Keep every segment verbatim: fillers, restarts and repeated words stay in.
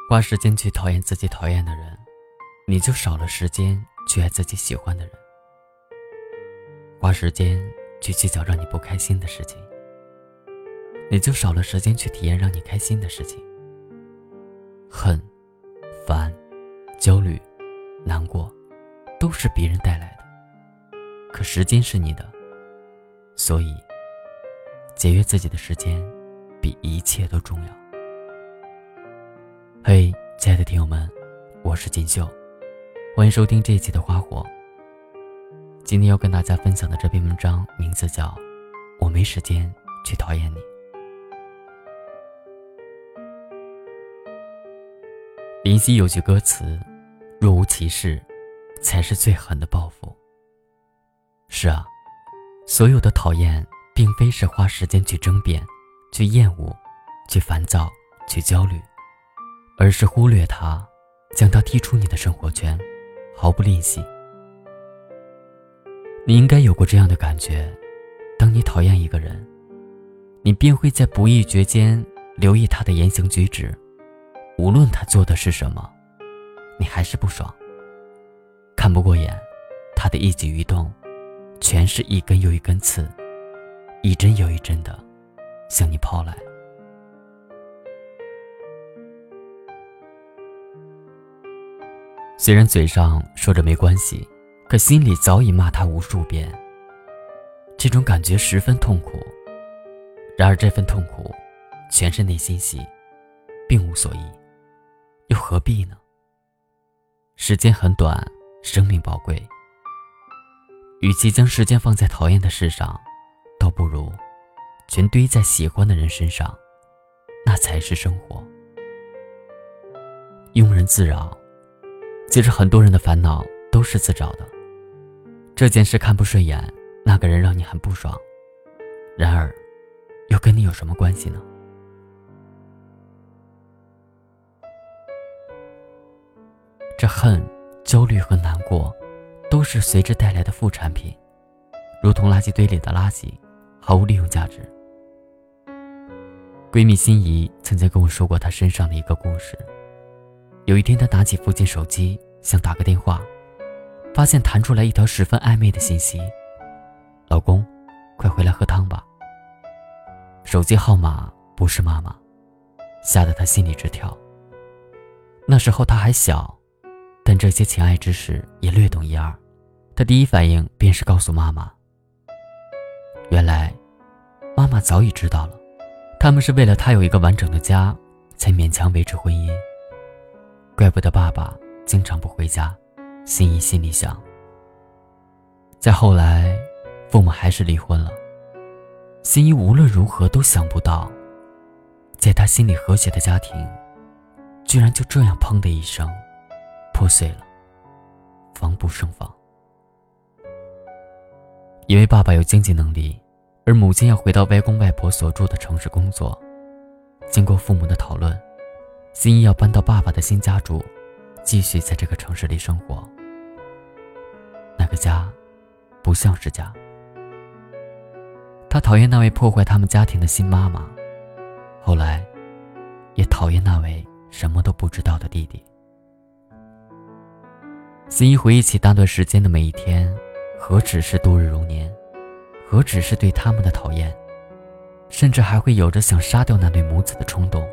花时间去讨厌自己讨厌的人，你就少了时间去爱自己喜欢的人。花时间去计较让你不开心的事情，你就少了时间去体验让你开心的事情。恨、烦、焦虑、难过都是别人带来的，可时间是你的，所以节约自己的时间比一切都重要。嘿，亲爱的听友们，我是锦绣，欢迎收听这一期的花火。今天要跟大家分享的这篇文章名字叫《我没时间去讨厌你》。林夕有句歌词，若无其事才是最狠的报复。是啊，所有的讨厌并非是花时间去争辩、去厌恶、去烦躁、去焦虑，而是忽略它，将它踢出你的生活圈，毫不吝惜。你应该有过这样的感觉，当你讨厌一个人，你便会在不意觉间留意他的言行举止，无论他做的是什么，你还是不爽，看不过眼，他的一举一动全是一根又一根刺，一针又一针的向你抛来。虽然嘴上说着没关系，可心里早已骂他无数遍，这种感觉十分痛苦。然而这份痛苦全是内心戏，并无所益，又何必呢？时间很短，生命宝贵，与其将时间放在讨厌的事上，倒不如全堆在喜欢的人身上，那才是生活。庸人自扰，其实很多人的烦恼都是自找的。这件事看不顺眼，那个人让你很不爽，然而又跟你有什么关系呢？这恨、焦虑和难过都是随之带来的副产品，如同垃圾堆里的垃圾，毫无利用价值。闺蜜心怡曾经跟我说过她身上的一个故事。有一天，她拿起父亲手机想打个电话，发现弹出来一条十分暧昧的信息：老公，快回来喝汤吧。手机号码不是妈妈，吓得她心里直跳。那时候她还小，但这些情爱之事也略懂一二。她第一反应便是告诉妈妈。原来妈妈早已知道了，他们是为了她有一个完整的家才勉强维持婚姻。怪不得爸爸经常不回家，心怡心里想。再后来，父母还是离婚了。心怡无论如何都想不到，在她心里和谐的家庭，居然就这样砰的一声破碎了，防不胜防。因为爸爸有经济能力，而母亲要回到外公外婆所住的城市工作。经过父母的讨论，心怡要搬到爸爸的新家住，继续在这个城市里生活。那个家不像是家。她讨厌那位破坏他们家庭的新妈妈，后来也讨厌那位什么都不知道的弟弟。心怡回忆起那段时间的每一天，何止是度日如年，何止是对他们的讨厌，甚至还会有着想杀掉那对母子的冲动。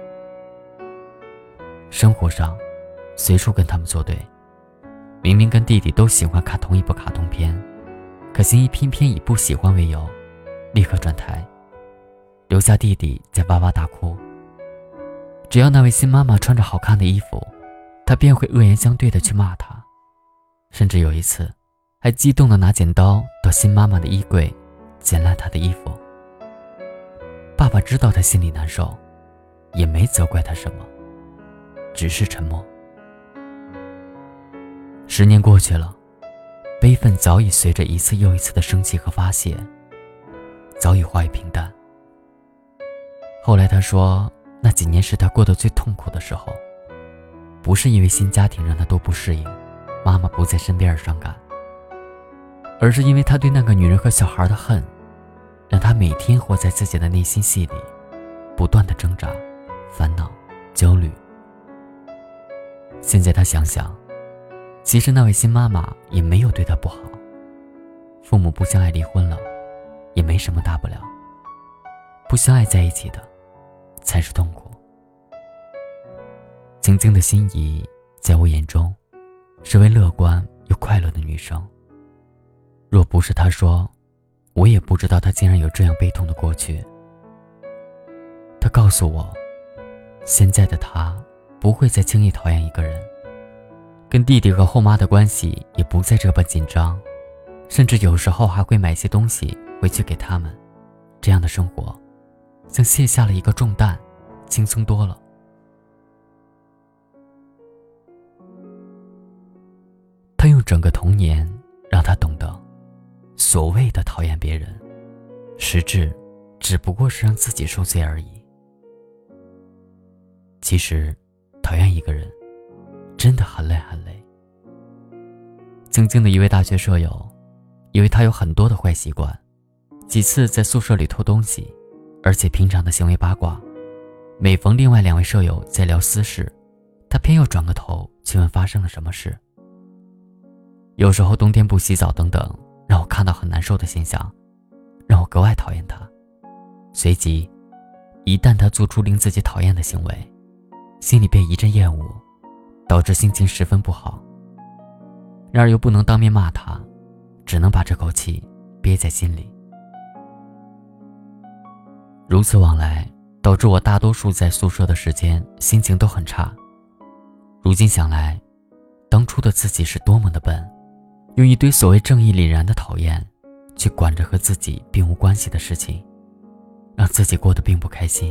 生活上随处跟他们作对，明明跟弟弟都喜欢看同一部卡通片，可心怡偏偏以不喜欢为由立刻转台，留下弟弟在哇哇大哭。只要那位新妈妈穿着好看的衣服，她便会恶言相对的去骂她，甚至有一次还激动的拿剪刀到新妈妈的衣柜剪烂她的衣服。爸爸知道她心里难受，也没责怪她什么，只是沉默。十年过去了，悲愤早已随着一次又一次的生气和发泄，早已化为平淡。后来他说，那几年是他过得最痛苦的时候，不是因为新家庭让他都不适应，妈妈不在身边而伤感，而是因为他对那个女人和小孩的恨，让他每天活在自己的内心戏里，不断的挣扎、烦恼、焦虑。 现在他想想，其实那位新妈妈也没有对他不好，父母不相爱离婚了，也没什么大不了，不相爱在一起的才是痛苦。晶晶的心仪在我眼中是位乐观又快乐的女生，若不是她说，我也不知道她竟然有这样悲痛的过去。她告诉我，现在的她不会再轻易讨厌一个人，跟弟弟和后妈的关系也不再这般紧张，甚至有时候还会买些东西回去给他们。这样的生活像卸下了一个重担，轻松多了。他用整个童年让他懂得，所谓的讨厌别人，实质只不过是让自己受罪而已。其实讨厌一个人真的很累很累。晶晶的一位大学舍友，因为他有很多的坏习惯，几次在宿舍里偷东西，而且平常的行为八卦，每逢另外两位舍友在聊私事，他偏要转个头去问发生了什么事。有时候冬天不洗澡等等，让我看到很难受的现象，让我格外讨厌他。随即一旦他做出令自己讨厌的行为，心里便一阵厌恶，导致心情十分不好。然而又不能当面骂他，只能把这口气憋在心里。如此往来，导致我大多数在宿舍的时间心情都很差。如今想来，当初的自己是多么的笨，用一堆所谓正义凛然的讨厌去管着和自己并无关系的事情，让自己过得并不开心。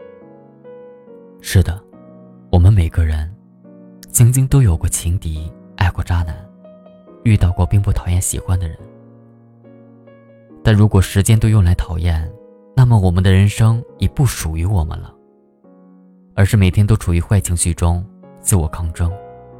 是的，我们每个人曾经都有过情敌，爱过渣男，遇到过并不讨厌喜欢的人。但如果时间都用来讨厌，那么我们的人生已不属于我们了，而是每天都处于坏情绪中自我抗争。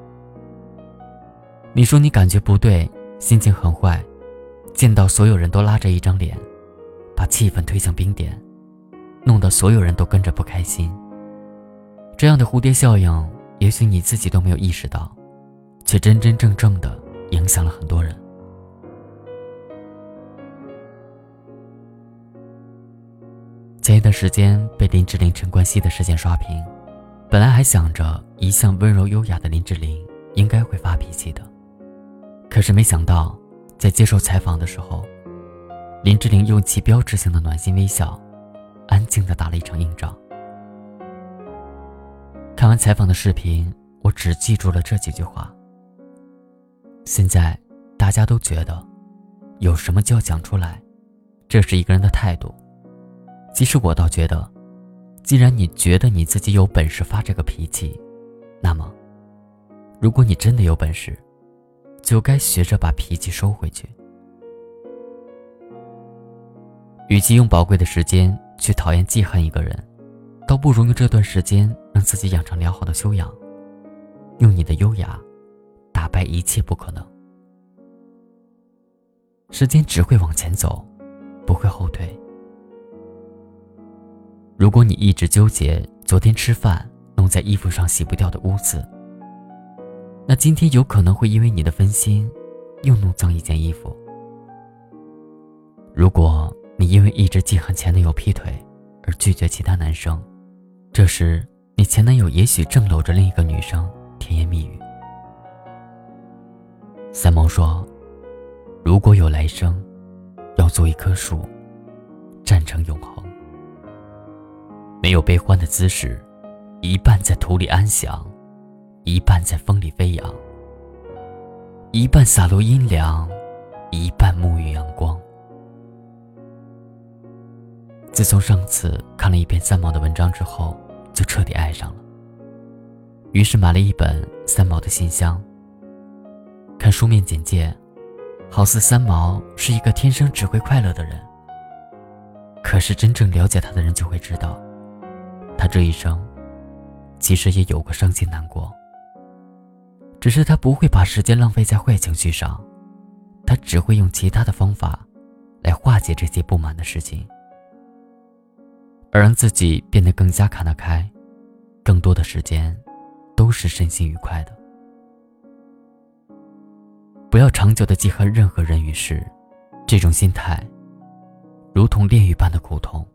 你说你感觉不对，心情很坏，见到所有人都拉着一张脸，把气氛推向冰点，弄得所有人都跟着不开心。这样的蝴蝶效应，也许你自己都没有意识到，却真真正正的影响了很多人。前一段时间被林志玲陈冠希的事件刷屏，本来还想着一向温柔优雅的林志玲应该会发脾气的，可是没想到在接受采访的时候，林志玲用其标志性的暖心微笑安静地打了一场硬仗。看完采访的视频，我只记住了这几句话。现在大家都觉得有什么就要讲出来，这是一个人的态度。其实我倒觉得，既然你觉得你自己有本事发这个脾气，那么如果你真的有本事，就该学着把脾气收回去。与其用宝贵的时间去讨厌记恨一个人，倒不如用这段时间让自己养成良好的修养，用你的优雅打败一切不可能。时间只会往前走，不会后退。如果你一直纠结昨天吃饭弄在衣服上洗不掉的污渍，那今天有可能会因为你的分心又弄脏一件衣服。如果你因为一直记恨前男友劈腿而拒绝其他男生，这时你前男友也许正搂着另一个女生甜言蜜语。三毛说，如果有来生，要做一棵树，站成永恒。没有悲欢的姿势，一半在土里安详，一半在风里飞扬，一半洒落阴凉，一半沐浴阳光。自从上次看了一遍三毛的文章之后，就彻底爱上了，于是买了一本三毛的信箱。看书面简介，好似三毛是一个天生只会快乐的人，可是真正了解他的人就会知道，他这一生其实也有过伤心难过，只是他不会把时间浪费在坏情绪上，他只会用其他的方法来化解这些不满的事情，而让自己变得更加看得开，更多的时间都是身心愉快的。 不要长久地记恨任何人与事，这种心态如同炼狱般的苦痛。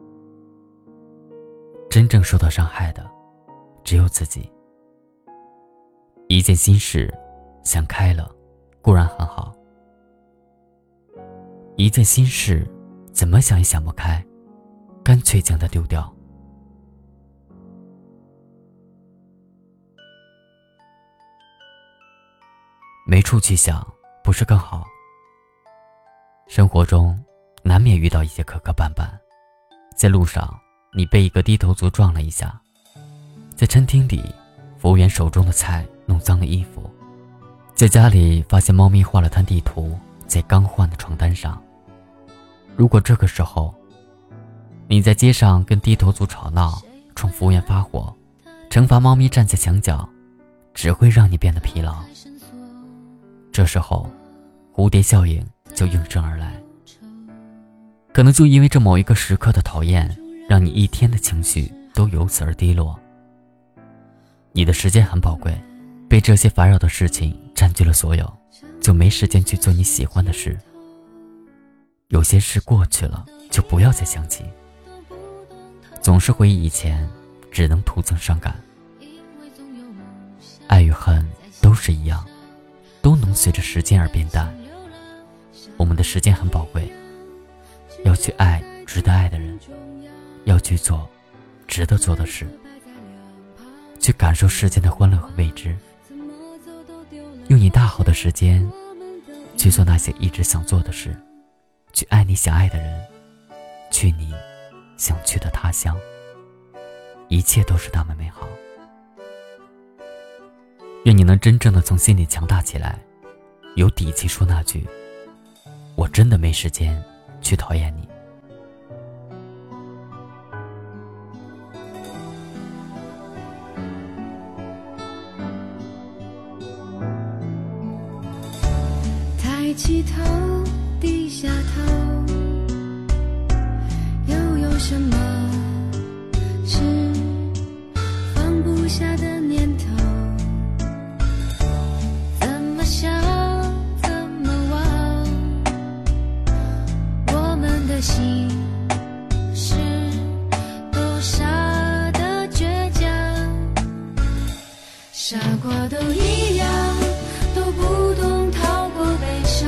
真正受到伤害的只有自己。一件心事想开了固然很好，一件心事怎么想也想不开，干脆将它丢掉。没处去想不是更好？生活中难免遇到一些磕磕绊绊，在路上你被一个低头族撞了一下，在餐厅里服务员手中的菜弄脏了衣服，在家里发现猫咪画了滩地图在刚换的床单上。如果这个时候你在街上跟低头族吵闹，冲服务员发火，惩罚猫咪站在墙角，只会让你变得疲劳。这时候蝴蝶效应就应声而来，可能就因为这某一个时刻的讨厌，让你一天的情绪都由此而低落。你的时间很宝贵，被这些烦扰的事情占据了所有，就没时间去做你喜欢的事。有些事过去了就不要再想起，总是回忆以前只能徒增伤感。爱与恨都是一样，都能随着时间而变淡。我们的时间很宝贵，要去爱值得爱的人，要去做值得做的事，去感受世间的欢乐和未知，用你大好的时间去做那些一直想做的事，去爱你想爱的人，去你想去的他乡，一切都是那么美好。愿你能真正的从心里强大起来，有底气说那句我真的没时间去讨厌你。 抬起头低下头，又有什么是放不下的念头？怎么想怎么忘，我们的心是多傻的倔强，傻瓜都一样，都不懂逃过悲伤，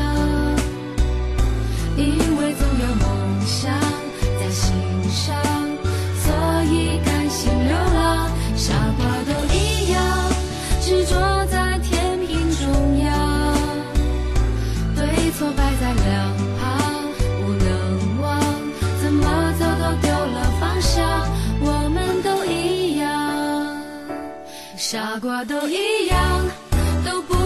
因为总有梦想在心上，所以甘心流浪。傻瓜都一样，执着在天平中央，对错摆在两旁，不能忘，怎么走都丢了方向。我们都一样，傻瓜都一样，都不